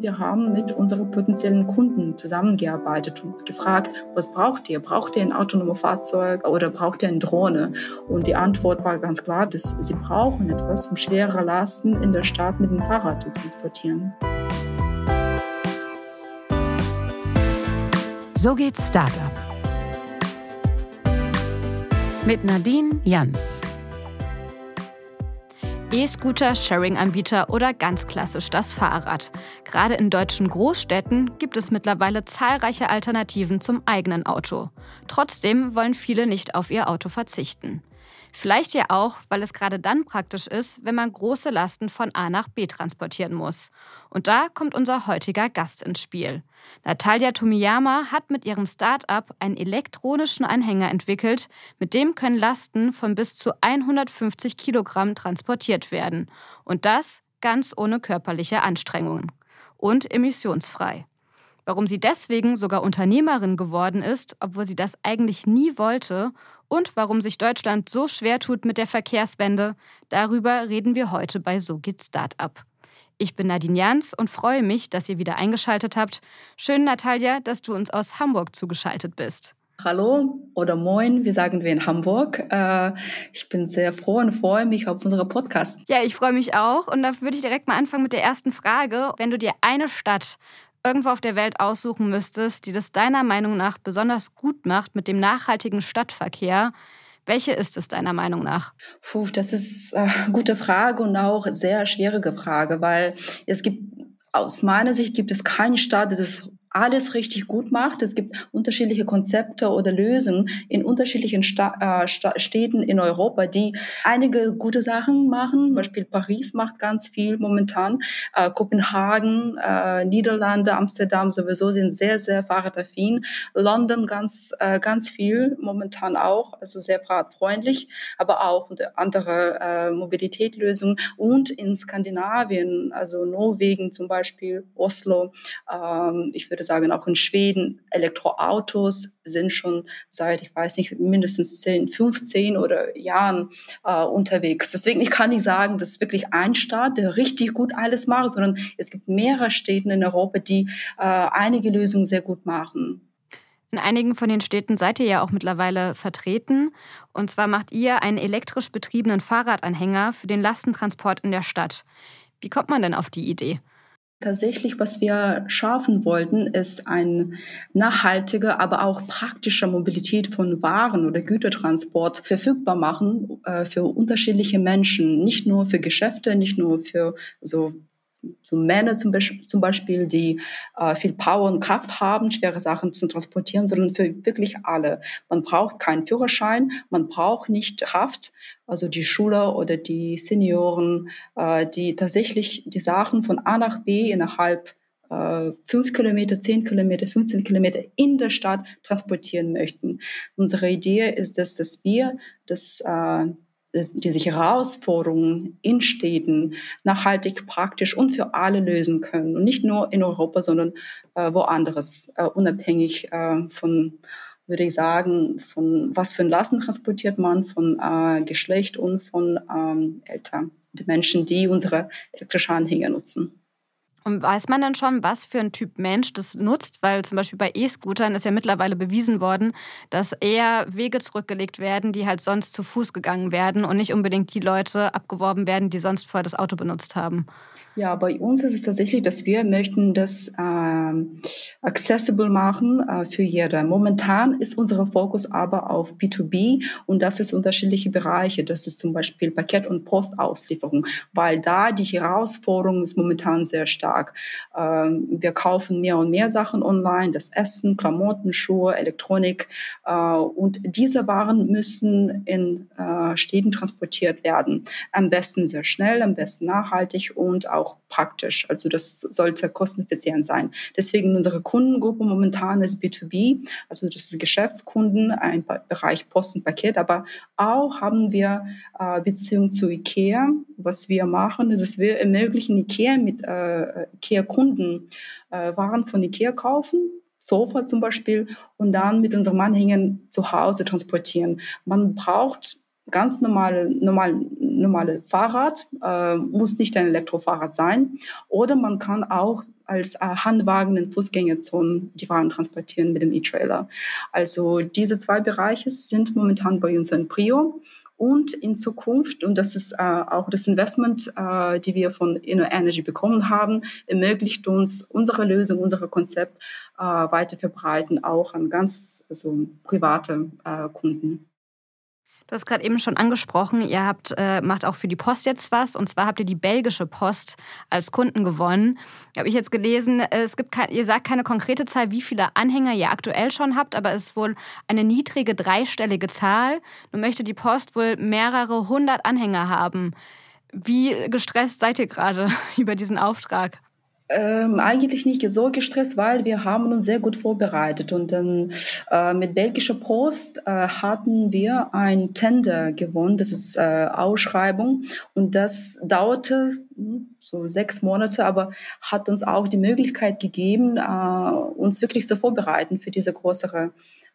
wir haben mit unseren potenziellen Kunden zusammengearbeitet und gefragt, was braucht ihr? Braucht ihr ein autonomes Fahrzeug oder braucht ihr eine Drohne? Und die Antwort war ganz klar, dass sie brauchen etwas, um schwere Lasten in der Stadt mit dem Fahrrad zu transportieren. So geht's Startup. Mit Nadine Jans. E-Scooter, Sharing-Anbieter oder ganz klassisch das Fahrrad. Gerade in deutschen Großstädten gibt es mittlerweile zahlreiche Alternativen zum eigenen Auto. Trotzdem wollen viele nicht auf ihr Auto verzichten. Vielleicht ja auch, weil es gerade dann praktisch ist, wenn man große Lasten von A nach B transportieren muss. Und da kommt unser heutiger Gast ins Spiel. Natalia Tomiyama hat mit ihrem Start-up einen elektronischen Anhänger entwickelt, mit dem können Lasten von bis zu 150 Kilogramm transportiert werden. Und das ganz ohne körperliche Anstrengungen. Und emissionsfrei. Warum sie deswegen sogar Unternehmerin geworden ist, obwohl sie das eigentlich nie wollte, und warum sich Deutschland so schwer tut mit der Verkehrswende, darüber reden wir heute bei So geht Startup. Ich bin Nadine Jans und freue mich, dass ihr wieder eingeschaltet habt. Schön, Natalia, dass du uns aus Hamburg zugeschaltet bist. Hallo oder moin, wie sagen wir in Hamburg. Ich bin sehr froh und freue mich auf unseren Podcast. Ja, ich freue mich auch und da würde ich direkt mal anfangen mit der ersten Frage. Wenn du dir eine Stadt irgendwo auf der Welt aussuchen müsstest, die das deiner Meinung nach besonders gut macht mit dem nachhaltigen Stadtverkehr, welche ist es deiner Meinung nach? Das ist eine gute Frage und auch eine sehr schwierige Frage, weil aus meiner Sicht gibt es keine Stadt, die das alles richtig gut macht. Es gibt unterschiedliche Konzepte oder Lösungen in unterschiedlichen Städten in Europa, die einige gute Sachen machen. Zum Beispiel Paris macht ganz viel momentan. Kopenhagen, Niederlande, Amsterdam sowieso sind sehr, sehr fahrradaffin. London ganz viel momentan auch, also sehr fahrradfreundlich, aber auch andere Mobilitätslösungen. Und in Skandinavien, also Norwegen zum Beispiel, Oslo, ich würde sagen, auch in Schweden, Elektroautos sind schon seit, ich weiß nicht, mindestens 10, 15 oder Jahren unterwegs. Deswegen, ich kann nicht sagen, das ist wirklich ein Staat, der richtig gut alles macht, sondern es gibt mehrere Städte in Europa, die einige Lösungen sehr gut machen. In einigen von den Städten seid ihr ja auch mittlerweile vertreten. Und zwar macht ihr einen elektrisch betriebenen Fahrradanhänger für den Lastentransport in der Stadt. Wie kommt man denn auf die Idee? Tatsächlich, was wir schaffen wollten, ist eine nachhaltige, aber auch praktische Mobilität von Waren oder Gütertransport verfügbar machen für unterschiedliche Menschen. Nicht nur für Geschäfte, nicht nur für so Männer zum Beispiel, die viel Power und Kraft haben, schwere Sachen zu transportieren, sondern für wirklich alle. Man braucht keinen Führerschein, man braucht nicht Kraft, also die Schüler oder die Senioren, die tatsächlich die Sachen von A nach B innerhalb 5 Kilometer, 10 Kilometer, 15 Kilometer in der Stadt transportieren möchten. Unsere Idee ist, dass wir diese Herausforderungen in Städten nachhaltig, praktisch und für alle lösen können. Und nicht nur in Europa, sondern woanders, unabhängig von, würde ich sagen, von was für ein Lasten transportiert man, von Geschlecht und von Alter. Die Menschen, die unsere elektrischen Anhänger nutzen. Und weiß man denn schon, was für ein Typ Mensch das nutzt? Weil zum Beispiel bei E-Scootern ist ja mittlerweile bewiesen worden, dass eher Wege zurückgelegt werden, die halt sonst zu Fuß gegangen werden und nicht unbedingt die Leute abgeworben werden, die sonst vorher das Auto benutzt haben. Ja, bei uns ist es tatsächlich, dass wir möchten das accessible machen für jeder. Momentan ist unser Fokus aber auf B2B und das ist unterschiedliche Bereiche. Das ist zum Beispiel Paket- und Postauslieferung, weil da die Herausforderung ist momentan sehr stark. Wir kaufen mehr und mehr Sachen online, das Essen, Klamotten, Schuhe, Elektronik und diese Waren müssen in Städten transportiert werden. Am besten sehr schnell, am besten nachhaltig und auch praktisch. Also das sollte kosteneffizient sein. Deswegen unsere Kundengruppe momentan ist B2B, also das ist Geschäftskunden, ein Bereich Post und Paket, aber auch haben wir Beziehung zu IKEA. Was wir machen, ist, dass wir ermöglichen IKEA-Kunden Waren von IKEA kaufen, Sofa zum Beispiel, und dann mit unserem Anhänger zu Hause transportieren. Man braucht ganz normale Fahrrad, muss nicht ein Elektrofahrrad sein. Oder man kann auch als Handwagen in Fußgängerzonen die Waren transportieren mit dem E-Trailer. Also diese 2 Bereiche sind momentan bei uns ein Prio. Und in Zukunft, und das ist auch das Investment, die wir von InnoEnergy bekommen haben, ermöglicht uns unsere Lösung, unser Konzept weiter verbreiten, auch an ganz private Kunden. Du hast gerade eben schon angesprochen, ihr macht auch für die Post jetzt was. Und zwar habt ihr die belgische Post als Kunden gewonnen. Da habe ich jetzt gelesen, ihr sagt keine konkrete Zahl, wie viele Anhänger ihr aktuell schon habt, aber es ist wohl eine niedrige dreistellige Zahl. Nun möchte die Post wohl mehrere 100 Anhänger haben. Wie gestresst seid ihr gerade über diesen Auftrag? Eigentlich nicht so gestresst, weil wir haben uns sehr gut vorbereitet und dann mit Belgischer Post hatten wir ein Tender gewonnen, das ist Ausschreibung und das dauerte so 6 Monate, aber hat uns auch die Möglichkeit gegeben, uns wirklich zu vorbereiten für diese größere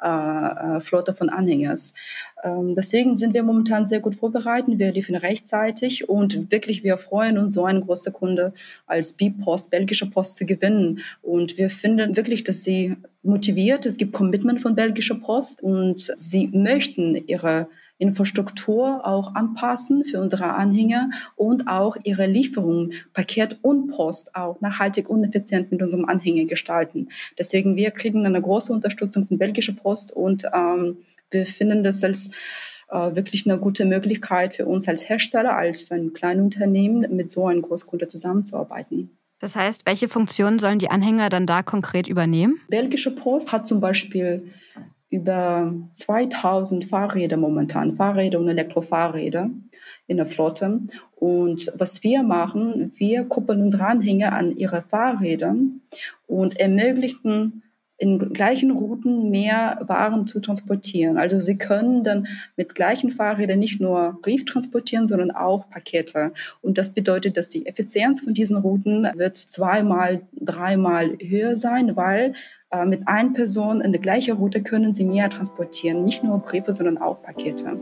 Flotte von Anhängers. Deswegen sind wir momentan sehr gut vorbereitet. Wir liefern rechtzeitig und wirklich, wir freuen uns, so einen großen Kunde als B-Post, Belgische Post zu gewinnen. Und wir finden wirklich, dass sie motiviert, es gibt Commitment von Belgischer Post und sie möchten ihre Infrastruktur auch anpassen für unsere Anhänger und auch ihre Lieferung, Paket und Post auch nachhaltig und effizient mit unserem Anhänger gestalten. Deswegen, wir kriegen eine große Unterstützung von Belgischer Post und wir finden das als wirklich eine gute Möglichkeit für uns als Hersteller, als ein Kleinunternehmen mit so einem Großkunde zusammenzuarbeiten. Das heißt, welche Funktionen sollen die Anhänger dann da konkret übernehmen? Belgische Post hat zum Beispiel über 2000 Fahrräder momentan, Fahrräder und Elektrofahrräder in der Flotte. Und was wir machen, wir koppeln unsere Anhänger an ihre Fahrräder und ermöglichen in gleichen Routen mehr Waren zu transportieren. Also sie können dann mit gleichen Fahrrädern nicht nur Brief transportieren, sondern auch Pakete. Und das bedeutet, dass die Effizienz von diesen Routen wird 2-mal, 3-mal höher sein, weil mit einer Person in der gleichen Route können sie mehr transportieren. Nicht nur Briefe, sondern auch Pakete.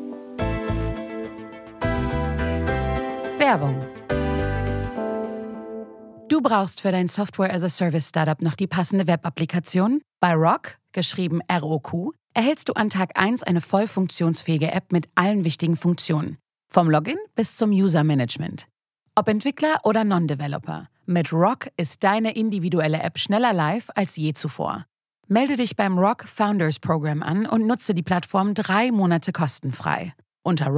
Werbung. Du brauchst für dein Software-as-a-Service-Startup noch die passende Web-Applikation? Bei Rock, geschrieben ROQ, erhältst du an Tag 1 eine voll funktionsfähige App mit allen wichtigen Funktionen. Vom Login bis zum User-Management. Ob Entwickler oder Non-Developer, mit Rock ist deine individuelle App schneller live als je zuvor. Melde dich beim Rock Founders Program an und nutze die Plattform 3 Monate kostenfrei. Unter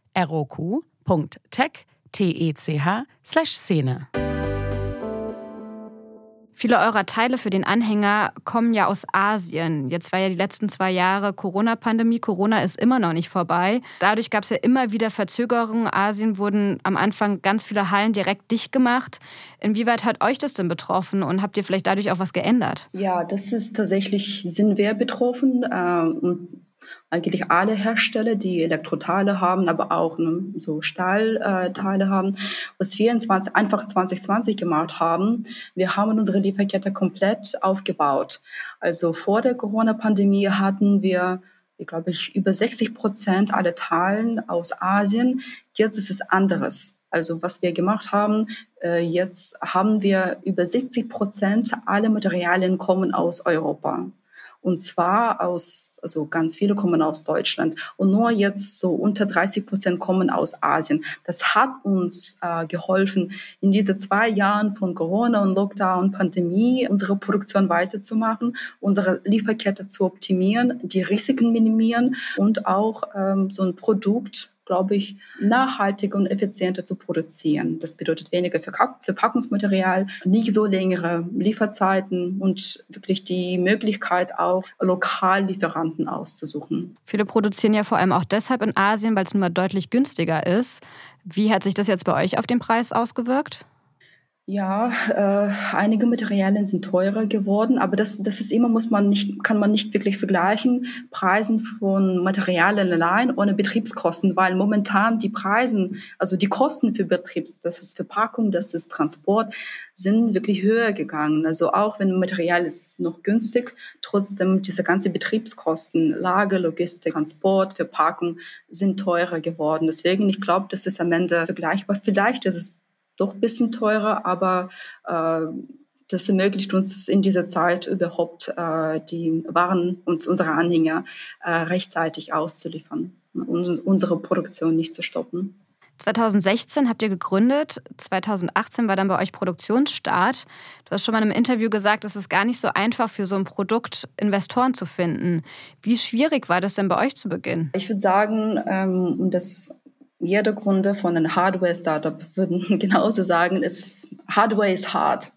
rock.tech/Szene. Viele eurer Teile für den Anhänger kommen ja aus Asien. Jetzt war ja die letzten 2 Jahre Corona-Pandemie. Corona ist immer noch nicht vorbei. Dadurch gab es ja immer wieder Verzögerungen. Asien wurden am Anfang ganz viele Hallen direkt dicht gemacht. Inwieweit hat euch das denn betroffen und habt ihr vielleicht dadurch auch was geändert? Ja, das ist tatsächlich, sind wir betroffen. Eigentlich alle Hersteller, die Elektroteile haben, aber auch so Stahlteile haben. Was wir in 2020 gemacht haben, wir haben unsere Lieferkette komplett aufgebaut. Also vor der Corona-Pandemie hatten wir, glaube ich, über 60% aller Teilen aus Asien. Jetzt ist es anderes. Also was wir gemacht haben, jetzt haben wir über 70% aller Materialien kommen aus Europa. Und zwar also ganz viele kommen aus Deutschland und nur jetzt so unter 30% kommen aus Asien. Das hat uns geholfen, in diese 2 Jahren von Corona und Lockdown, Pandemie, unsere Produktion weiterzumachen, unsere Lieferkette zu optimieren, die Risiken minimieren und auch so ein Produkt, glaube ich, nachhaltiger und effizienter zu produzieren. Das bedeutet weniger Verpackungsmaterial, nicht so längere Lieferzeiten und wirklich die Möglichkeit, auch Lokallieferanten auszusuchen. Viele produzieren ja vor allem auch deshalb in Asien, weil es nun mal deutlich günstiger ist. Wie hat sich das jetzt bei euch auf den Preis ausgewirkt? Ja, einige Materialien sind teurer geworden, aber das ist immer, kann man nicht wirklich vergleichen, Preisen von Materialien allein ohne Betriebskosten, weil momentan die Preisen, also die Kosten für das ist Verpackung, das ist Transport, sind wirklich höher gegangen. Also auch wenn Material ist noch günstig, trotzdem diese ganze Betriebskosten, Lager, Logistik, Transport, Verpackung sind teurer geworden. Deswegen, ich glaube, das ist am Ende vergleichbar. Vielleicht ist es doch ein bisschen teurer, aber das ermöglicht uns in dieser Zeit überhaupt die Waren und unsere Anhänger rechtzeitig auszuliefern, unsere Produktion nicht zu stoppen. 2016 habt ihr gegründet, 2018 war dann bei euch Produktionsstart. Du hast schon mal in einem Interview gesagt, es ist gar nicht so einfach für so ein Produkt Investoren zu finden. Wie schwierig war das denn bei euch zu Beginn? Ich würde sagen, jeder Gründer von einem Hardware-Startup würden genauso sagen, Hardware ist hart.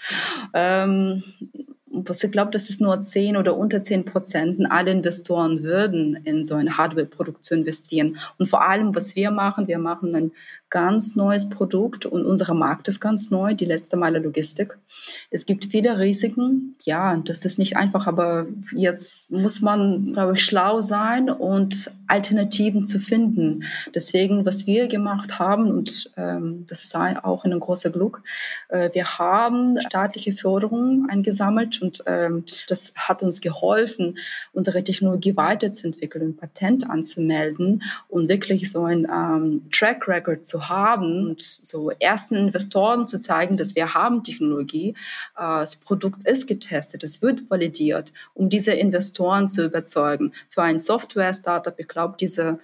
Ich glaube, das ist nur 10 oder unter 10% alle Investoren würden in so eine Hardware-Produktion investieren. Und vor allem, was wir machen ein ganz neues Produkt und unser Markt ist ganz neu, die letzte Meile Logistik. Es gibt viele Risiken. Ja, das ist nicht einfach, aber jetzt muss man, glaube ich, schlau sein und Alternativen zu finden. Deswegen, was wir gemacht haben, und das ist auch ein großer Glück, wir haben staatliche Förderung eingesammelt und das hat uns geholfen, unsere Technologie weiterzuentwickeln und Patent anzumelden und wirklich so ein Track Record zu haben und so ersten Investoren zu zeigen, dass wir haben Technologie, das Produkt ist getestet, es wird validiert, um diese Investoren zu überzeugen. Für ein Software-Startup, ich glaube,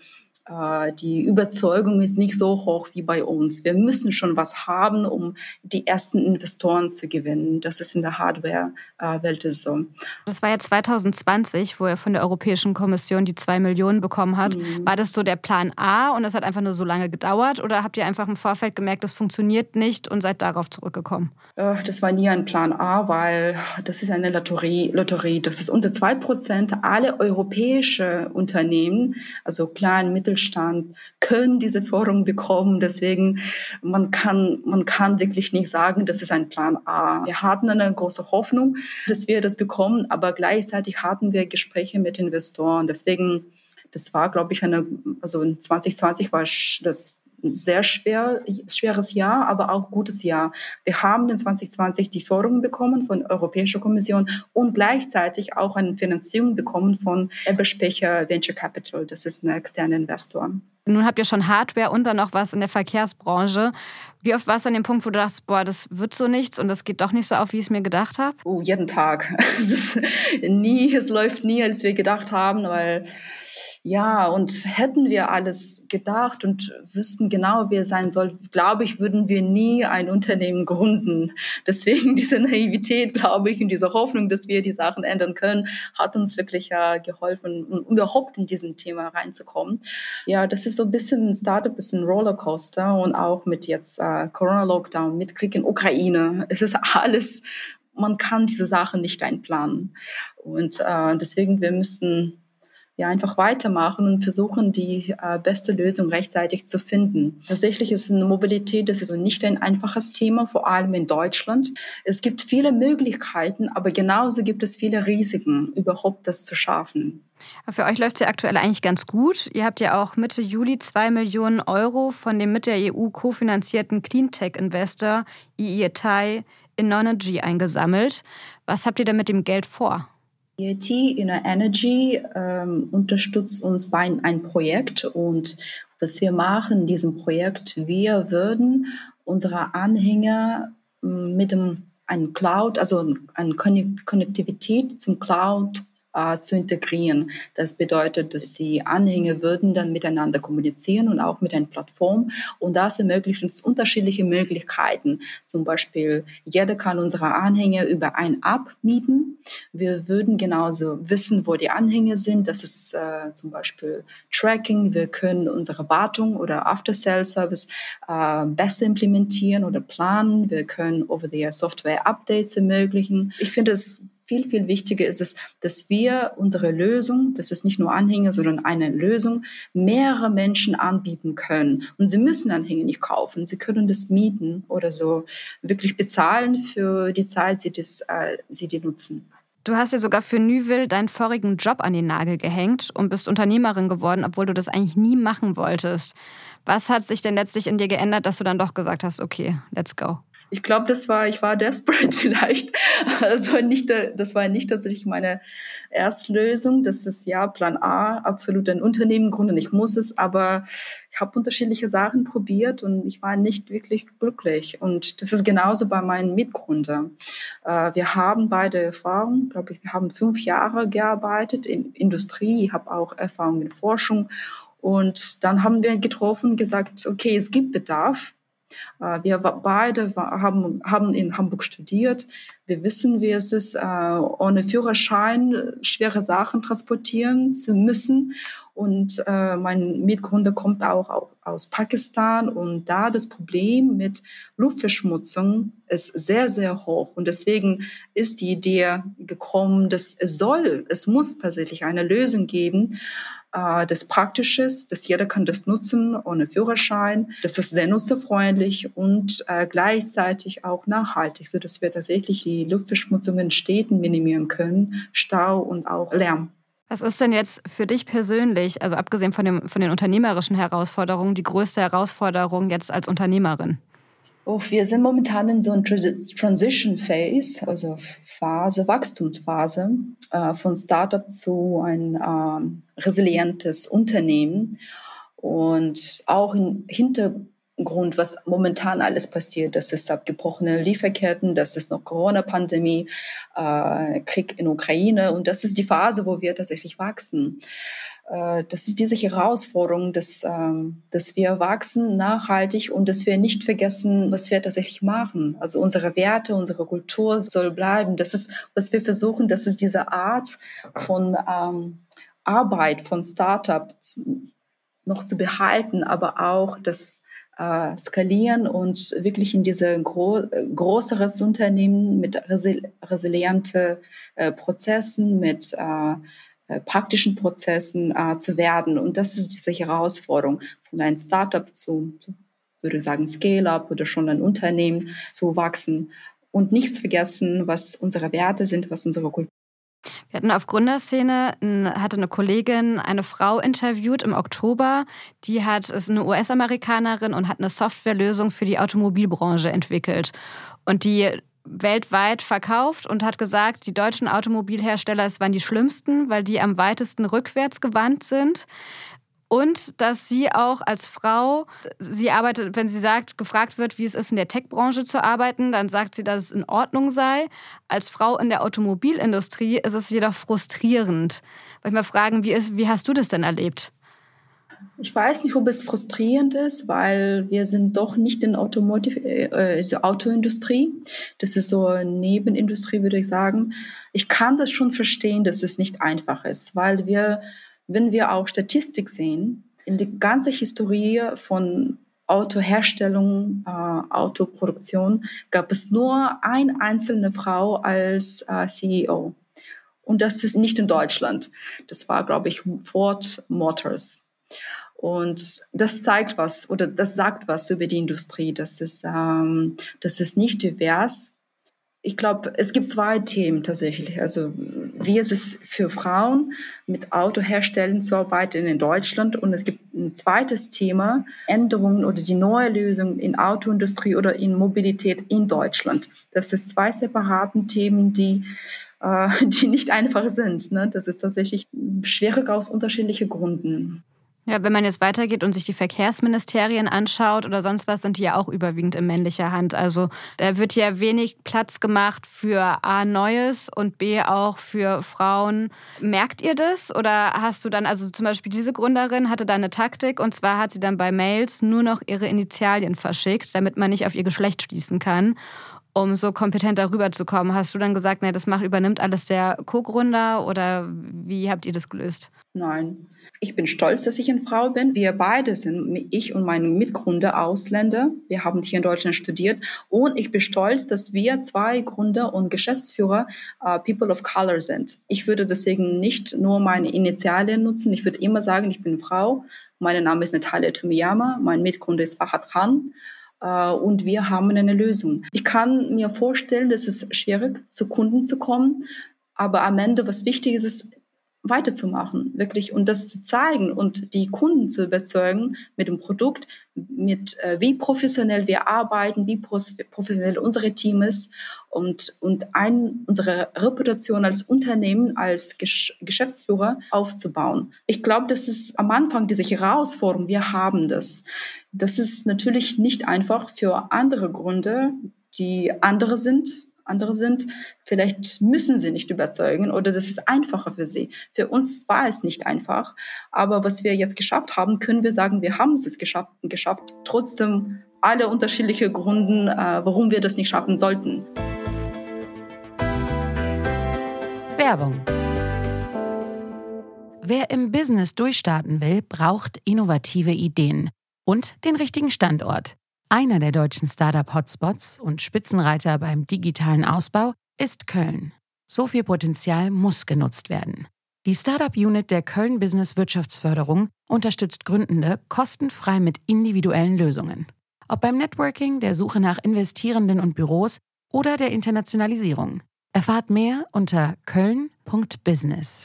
die Überzeugung ist nicht so hoch wie bei uns. Wir müssen schon was haben, um die ersten Investoren zu gewinnen. Das ist in der Hardware-Welt so. Das war ja 2020, wo er von der Europäischen Kommission die 2 Millionen bekommen hat. War das so der Plan A und es hat einfach nur so lange gedauert? Oder habt ihr einfach im Vorfeld gemerkt, das funktioniert nicht und seid darauf zurückgekommen? Das war nie ein Plan A, weil das ist eine Lotterie. Das ist unter 2%. Alle europäische Unternehmen, also klein, Mittelstand, können diese Förderung bekommen. Deswegen, man kann wirklich nicht sagen, das ist ein Plan A. Wir hatten eine große Hoffnung, dass wir das bekommen, aber gleichzeitig hatten wir Gespräche mit Investoren. Deswegen, das war, glaube ich, also in 2020 war das ein sehr schweres Jahr, aber auch gutes Jahr. Wir haben in 2020 die Förderung bekommen von der Europäischen Kommission und gleichzeitig auch eine Finanzierung bekommen von Eberspecher Venture Capital. Das ist ein externer Investor. Nun habt ihr schon Hardware und dann noch was in der Verkehrsbranche. Wie oft warst du an dem Punkt, wo du dachtest, boah, das wird so nichts und das geht doch nicht so auf, wie ich es mir gedacht habe? Jeden Tag. Es läuft nie, als wir gedacht haben, weil ja, und hätten wir alles gedacht und wüssten genau, wie es sein soll, glaube ich, würden wir nie ein Unternehmen gründen. Deswegen diese Naivität, glaube ich, und diese Hoffnung, dass wir die Sachen ändern können, hat uns wirklich geholfen, um überhaupt in diesen Thema reinzukommen. Ja, das ist so ein bisschen ein Startup, ist ein Rollercoaster und auch mit jetzt Corona-Lockdown, mit Krieg in Ukraine. Es ist alles, man kann diese Sachen nicht einplanen. Und deswegen, wir müssen einfach weitermachen und versuchen, die beste Lösung rechtzeitig zu finden. Tatsächlich ist eine Mobilität, das ist nicht ein einfaches Thema, vor allem in Deutschland. Es gibt viele Möglichkeiten, aber genauso gibt es viele Risiken, überhaupt das zu schaffen. Für euch läuft es ja aktuell eigentlich ganz gut. Ihr habt ja auch Mitte Juli 2 Millionen Euro von dem mit der EU kofinanzierten Cleantech-Investor EIT Innonergy eingesammelt. Was habt ihr denn mit dem Geld vor? EIT Innonergy unterstützt uns bei einem Projekt und was wir machen in diesem Projekt, wir würden unsere Anhänger mit einem Cloud, also eine Konnektivität zum Cloud zu integrieren. Das bedeutet, dass die Anhänger würden dann miteinander kommunizieren und auch mit einer Plattform. Und das ermöglicht uns unterschiedliche Möglichkeiten. Zum Beispiel, jeder kann unsere Anhänger über eine App mieten. Wir würden genauso wissen, wo die Anhänger sind. Das ist zum Beispiel Tracking. Wir können unsere Wartung oder After-Sale-Service besser implementieren oder planen. Wir können Over-the-Air Software-Updates ermöglichen. Ich finde es viel, viel wichtiger ist es, dass wir unsere Lösung, das ist nicht nur Anhänger, sondern eine Lösung, mehrere Menschen anbieten können. Und sie müssen Anhänger nicht kaufen, sie können das mieten oder so wirklich bezahlen für die Zeit, sie die nutzen. Du hast ja sogar für Nyvil deinen vorigen Job an den Nagel gehängt und bist Unternehmerin geworden, obwohl du das eigentlich nie machen wolltest. Was hat sich denn letztlich in dir geändert, dass du dann doch gesagt hast, okay, let's go? Ich glaube, ich war desperate vielleicht. Also das war nicht tatsächlich meine Erstlösung. Das ist ja Plan A, absolut ein Unternehmen gründen. Ich muss es, aber ich habe unterschiedliche Sachen probiert und ich war nicht wirklich glücklich. Und das ist genauso bei meinen Mitgründern. Wir haben beide Erfahrung, glaube ich, wir haben 5 Jahre gearbeitet in Industrie. Ich habe auch Erfahrung in Forschung. Und dann haben wir getroffen, gesagt, okay, es gibt Bedarf. Wir beide haben in Hamburg studiert. Wir wissen, wie es ist, ohne Führerschein schwere Sachen transportieren zu müssen. Und mein Mitgründer kommt auch aus Pakistan. Und da das Problem mit Luftverschmutzung ist sehr, sehr hoch. Und deswegen ist die Idee gekommen, dass es muss tatsächlich eine Lösung geben, das Praktisches, dass jeder kann das nutzen ohne Führerschein. Das ist sehr nutzerfreundlich und gleichzeitig auch nachhaltig, sodass wir tatsächlich die Luftverschmutzung in Städten minimieren können, Stau und auch Lärm. Was ist denn jetzt für dich persönlich, also abgesehen von den unternehmerischen Herausforderungen, die größte Herausforderung jetzt als Unternehmerin? Wir sind momentan in so einer Transition Phase, also Wachstumsphase von Startup zu ein resilientes Unternehmen. Und auch im Hintergrund, was momentan alles passiert, das ist abgebrochene Lieferketten, das ist noch Corona-Pandemie, Krieg in Ukraine. Und das ist die Phase, wo wir tatsächlich wachsen. Das ist diese Herausforderung, dass wir wachsen nachhaltig und dass wir nicht vergessen, was wir tatsächlich machen. Also unsere Werte, unsere Kultur soll bleiben. Das ist, was wir versuchen, das ist diese Art von Arbeit, von Startup noch zu behalten, aber auch das skalieren und wirklich in diese größeres Unternehmen mit resiliente Prozessen, mit praktischen Prozessen zu werden. Und das ist diese Herausforderung, von einem Startup würde ich sagen, Scale-up oder schon ein Unternehmen zu wachsen und nichts vergessen, was unsere Werte sind, was unsere Kultur. Wir hatten auf Gründerszene, hatte eine Kollegin eine Frau interviewt im Oktober, ist eine US-Amerikanerin und hat eine Softwarelösung für die Automobilbranche entwickelt. Und die weltweit verkauft und hat gesagt, die deutschen Automobilhersteller, es waren die schlimmsten, weil die am weitesten rückwärts gewandt sind. Und dass sie auch als Frau, sie arbeitet, wenn sie gefragt wird, wie es ist, in der Tech-Branche zu arbeiten, dann sagt sie, dass es in Ordnung sei. Als Frau in der Automobilindustrie ist es jedoch frustrierend. Wollte ich mal fragen, wie hast du das denn erlebt? Ich weiß nicht, ob es frustrierend ist, weil wir sind doch nicht in Autoindustrie. Das ist so eine Nebenindustrie, würde ich sagen. Ich kann das schon verstehen, dass es nicht einfach ist, weil wenn wir auch Statistik sehen, in die ganze Historie von Autoherstellung, Autoproduktion, gab es nur eine einzelne Frau als CEO. Und das ist nicht in Deutschland. Das war, glaube ich, Ford Motors. Und das zeigt was oder das sagt was über die Industrie. Das ist nicht divers. Ich glaube, es gibt 2 Themen tatsächlich. Also wie ist es für Frauen, mit Autoherstellern zu arbeiten in Deutschland? Und es gibt ein zweites Thema, Änderungen oder die neue Lösung in Autoindustrie oder in Mobilität in Deutschland. Das ist 2 separaten Themen, die nicht einfach sind. Ne? Das ist tatsächlich schwierig aus unterschiedlichen Gründen. Ja, wenn man jetzt weitergeht und sich die Verkehrsministerien anschaut oder sonst was, sind die ja auch überwiegend in männlicher Hand. Also da wird ja wenig Platz gemacht für A, Neues und B, auch für Frauen. Merkt ihr das? Oder hast du dann, also zum Beispiel diese Gründerin hatte da eine Taktik und zwar hat sie dann bei Mails nur noch ihre Initialien verschickt, damit man nicht auf ihr Geschlecht schließen kann. um so kompetent darüber zu kommen? Hast du dann gesagt, nee, das übernimmt alles der Co-Gründer oder wie habt ihr das gelöst? Nein. Ich bin stolz, dass ich eine Frau bin. Wir beide sind, ich und mein Mitgründer, Ausländer. Wir haben hier in Deutschland studiert. Und ich bin stolz, dass wir 2 Gründer und Geschäftsführer People of Color sind. Ich würde deswegen nicht nur meine Initialien nutzen. Ich würde immer sagen, ich bin eine Frau. Mein Name ist Natalia Tumiyama. Mein Mitgründer ist Fahad Khan. Und wir haben eine Lösung. Ich kann mir vorstellen, dass es schwierig ist, zu Kunden zu kommen. Aber am Ende, was wichtig ist, ist, weiterzumachen, wirklich, und das zu zeigen und die Kunden zu überzeugen mit dem Produkt, mit wie professionell wir arbeiten, wie professionell unser Team ist und unsere Reputation als Unternehmen, als Geschäftsführer aufzubauen. Ich glaube, das ist am Anfang diese Herausforderung, wir haben das. Das ist natürlich nicht einfach für andere Gründe, die andere sind, vielleicht müssen sie nicht überzeugen oder das ist einfacher für sie. Für uns war es nicht einfach, aber was wir jetzt geschafft haben, können wir sagen, wir haben es geschafft, trotzdem alle unterschiedliche Gründe, warum wir das nicht schaffen sollten. Werbung. Wer im Business durchstarten will, braucht innovative Ideen und den richtigen Standort. Einer der deutschen Startup-Hotspots und Spitzenreiter beim digitalen Ausbau ist Köln. So viel Potenzial muss genutzt werden. Die Startup-Unit der Köln Business Wirtschaftsförderung unterstützt Gründende kostenfrei mit individuellen Lösungen. Ob beim Networking, der Suche nach Investierenden und Büros oder der Internationalisierung. Erfahrt mehr unter köln.business.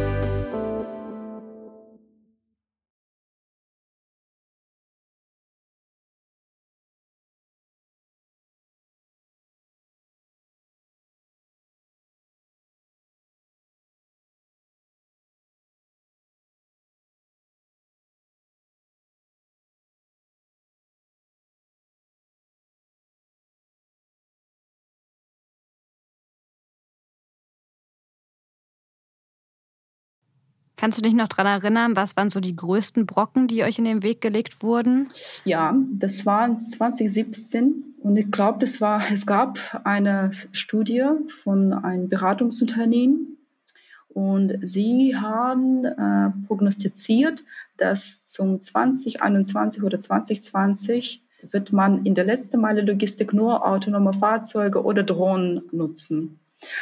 Kannst du dich noch daran erinnern, was waren so die größten Brocken, die euch in den Weg gelegt wurden? Ja, das war 2017 und ich glaube, es gab eine Studie von einem Beratungsunternehmen und sie haben prognostiziert, dass zum 2021 oder 2020 wird man in der letzten Meile Logistik nur autonome Fahrzeuge oder Drohnen nutzen.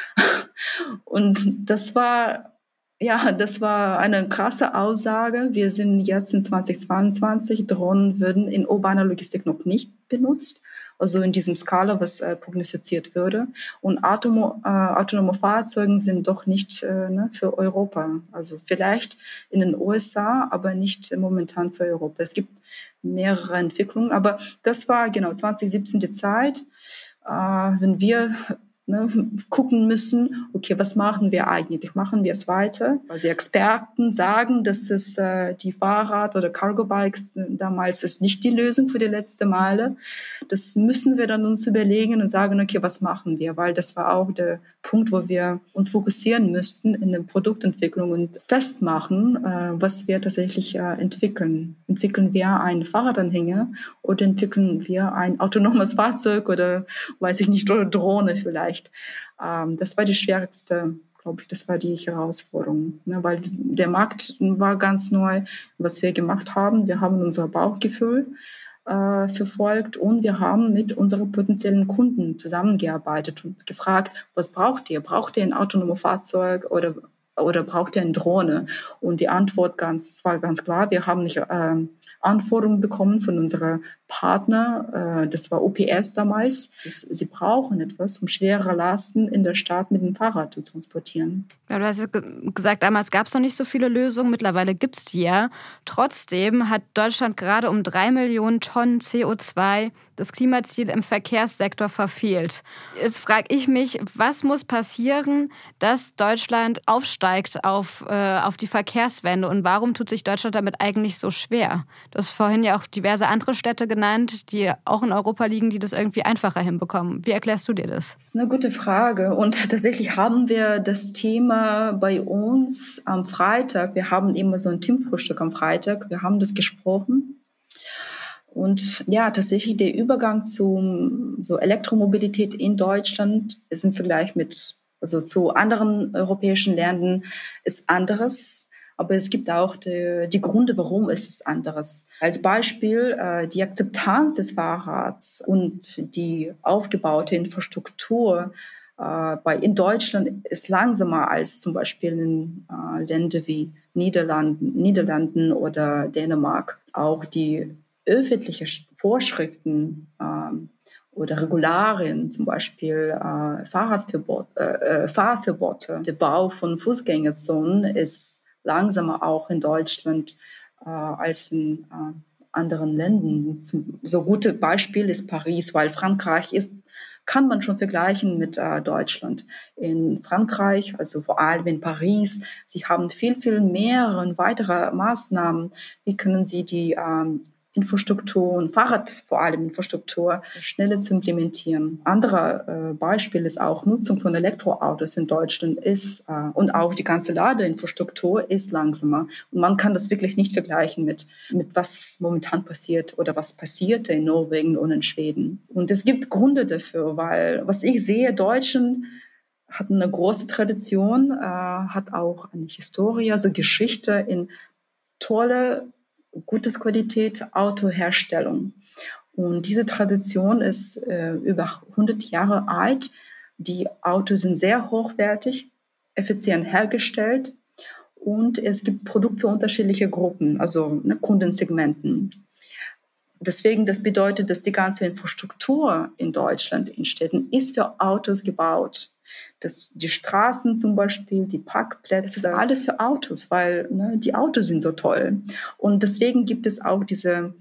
Und das war eine krasse Aussage. Wir sind jetzt in 2022. Drohnen würden in urbaner Logistik noch nicht benutzt, also in diesem Skala, was prognostiziert würde. Und autonome Fahrzeuge sind doch nicht für Europa. Also vielleicht in den USA, aber nicht momentan für Europa. Es gibt mehrere Entwicklungen, aber das war genau 2017 die Zeit, wenn wir gucken müssen, okay, was machen wir eigentlich? Machen wir es weiter? Also Experten sagen, dass es die Fahrrad- oder Cargo-Bikes damals ist nicht die Lösung für die letzten Male. Das müssen wir dann uns überlegen und sagen, okay, was machen wir? Weil das war auch der Punkt, wo wir uns fokussieren müssten in der Produktentwicklung und festmachen, was wir tatsächlich entwickeln. Entwickeln wir einen Fahrradanhänger oder entwickeln wir ein autonomes Fahrzeug oder weiß ich nicht, oder Drohne vielleicht. Das war die schwierigste, glaube ich, das war die Herausforderung, weil der Markt war ganz neu, was wir gemacht haben. Wir haben unser Bauchgefühl verfolgt und wir haben mit unseren potenziellen Kunden zusammengearbeitet und gefragt, was braucht ihr? Braucht ihr ein autonomes Fahrzeug oder braucht ihr eine Drohne? Und die Antwort war ganz klar, wir haben nicht Anforderungen bekommen von unserer Partner, das war UPS damals. Sie brauchen etwas, um schwere Lasten in der Stadt mit dem Fahrrad zu transportieren. Ja, du hast gesagt, damals gab es noch nicht so viele Lösungen, mittlerweile gibt es die ja. Trotzdem hat Deutschland gerade um 3 Millionen Tonnen CO2 das Klimaziel im Verkehrssektor verfehlt. Jetzt frage ich mich, was muss passieren, dass Deutschland aufsteigt auf die Verkehrswende und warum tut sich Deutschland damit eigentlich so schwer? Du hast vorhin ja auch diverse andere Städte genannt, die auch in Europa liegen, die das irgendwie einfacher hinbekommen. Wie erklärst du dir das? Das ist eine gute Frage. Und tatsächlich haben wir das Thema bei uns am Freitag. Wir haben immer so ein Teamfrühstück am Freitag. Wir haben das gesprochen. Und ja, tatsächlich der Übergang zu so Elektromobilität in Deutschland ist im Vergleich zu anderen europäischen Ländern ist anderes. Aber es gibt auch die Gründe, warum ist es anderes. Als Beispiel die Akzeptanz des Fahrrads und die aufgebaute Infrastruktur in Deutschland ist langsamer als zum Beispiel in Ländern wie Niederlanden oder Dänemark. Auch die öffentlichen Vorschriften oder Regularien, zum Beispiel Fahrverbote, der Bau von Fußgängerzonen ist langsamer auch in Deutschland als in anderen Ländern. So gutes Beispiel ist Paris, weil Frankreich kann man schon vergleichen mit Deutschland. In Frankreich, also vor allem in Paris, sie haben viel, viel mehr und weitere Maßnahmen. Wie können sie die Infrastruktur und vor allem Infrastruktur schneller zu implementieren. Anderer Beispiel ist auch Nutzung von Elektroautos in Deutschland und auch die ganze Ladeinfrastruktur ist langsamer. Und man kann das wirklich nicht vergleichen mit was momentan passiert oder was passierte in Norwegen und in Schweden. Und es gibt Gründe dafür, weil was ich sehe, Deutschen hat eine große Tradition, hat auch eine Historie, also Geschichte in tolle gutes Qualität Autoherstellung. Und diese Tradition ist über 100 Jahre alt. Die Autos sind sehr hochwertig, effizient hergestellt und es gibt Produkte für unterschiedliche Gruppen, also Kundensegmenten. Deswegen, das bedeutet, dass die ganze Infrastruktur in Deutschland, in Städten, ist für Autos gebaut. Die Straßen zum Beispiel, die Parkplätze, das ist alles für Autos, weil die Autos sind so toll. Und deswegen gibt es auch diese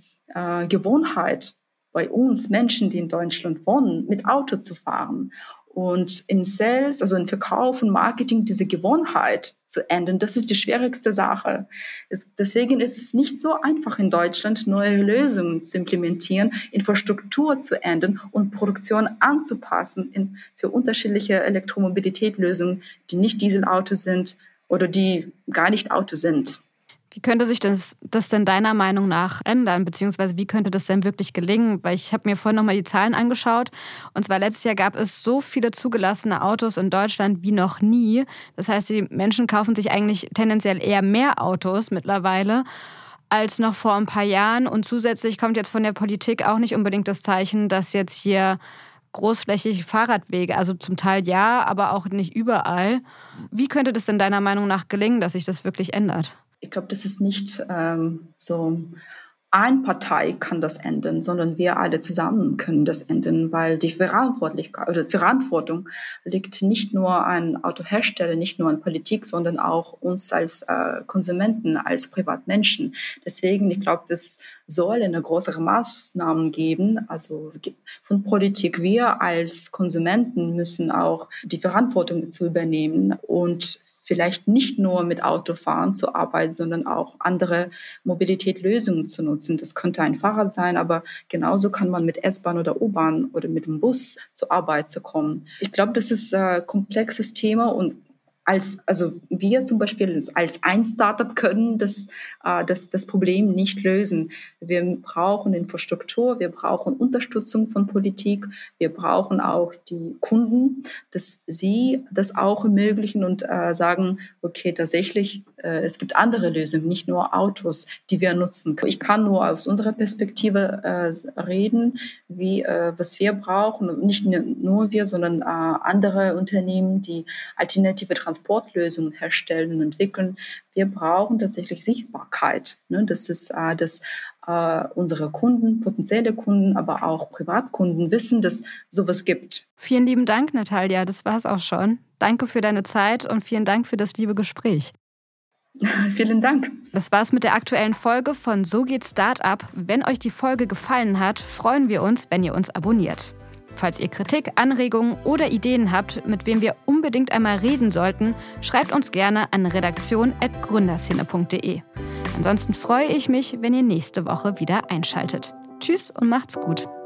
Gewohnheit bei uns Menschen, die in Deutschland wohnen, mit Auto zu fahren. Und in Sales, also im Verkauf und Marketing, diese Gewohnheit zu ändern, das ist die schwierigste Sache. Deswegen ist es nicht so einfach in Deutschland, neue Lösungen zu implementieren, Infrastruktur zu ändern und Produktion anzupassen für unterschiedliche Elektromobilitätslösungen, die nicht Dieselautos sind oder die gar nicht Auto sind. Wie könnte sich das denn deiner Meinung nach ändern, beziehungsweise wie könnte das denn wirklich gelingen? Weil ich habe mir vorhin nochmal die Zahlen angeschaut und zwar letztes Jahr gab es so viele zugelassene Autos in Deutschland wie noch nie. Das heißt, die Menschen kaufen sich eigentlich tendenziell eher mehr Autos mittlerweile als noch vor ein paar Jahren und zusätzlich kommt jetzt von der Politik auch nicht unbedingt das Zeichen, dass jetzt hier großflächige Fahrradwege, also zum Teil ja, aber auch nicht überall. Wie könnte das denn deiner Meinung nach gelingen, dass sich das wirklich ändert? Ich glaube, das ist nicht so, eine Partei kann das ändern, sondern wir alle zusammen können das ändern, weil die Verantwortung liegt nicht nur an Autohersteller, nicht nur an Politik, sondern auch uns als Konsumenten, als Privatmenschen. Deswegen, ich glaube, es soll eine größere Maßnahmen geben, also von Politik. Wir als Konsumenten müssen auch die Verantwortung dazu übernehmen und vielleicht nicht nur mit Autofahren zu arbeiten, sondern auch andere Mobilitätslösungen zu nutzen. Das könnte ein Fahrrad sein, aber genauso kann man mit S-Bahn oder U-Bahn oder mit dem Bus zur Arbeit zu kommen. Ich glaube, das ist ein komplexes Thema und wir zum Beispiel als ein Startup können das Problem nicht lösen. Wir brauchen Infrastruktur, wir brauchen Unterstützung von Politik, wir brauchen auch die Kunden, dass sie das auch ermöglichen und sagen, okay, tatsächlich, es gibt andere Lösungen, nicht nur Autos, die wir nutzen können. Ich kann nur aus unserer Perspektive reden, was wir brauchen, und nicht nur wir, sondern andere Unternehmen, die alternative Transportlösungen herstellen und entwickeln. Wir brauchen tatsächlich Sichtbarkeit. Das ist, dass unsere Kunden, potenzielle Kunden, aber auch Privatkunden wissen, dass sowas gibt. Vielen lieben Dank, Natalia. Das war's auch schon. Danke für deine Zeit und vielen Dank für das liebe Gespräch. Vielen Dank. Das war's mit der aktuellen Folge von So geht Startup. Wenn euch die Folge gefallen hat, freuen wir uns, wenn ihr uns abonniert. Falls ihr Kritik, Anregungen oder Ideen habt, mit wem wir unbedingt einmal reden sollten, schreibt uns gerne an redaktion@gründerszene.de. Ansonsten freue ich mich, wenn ihr nächste Woche wieder einschaltet. Tschüss und macht's gut.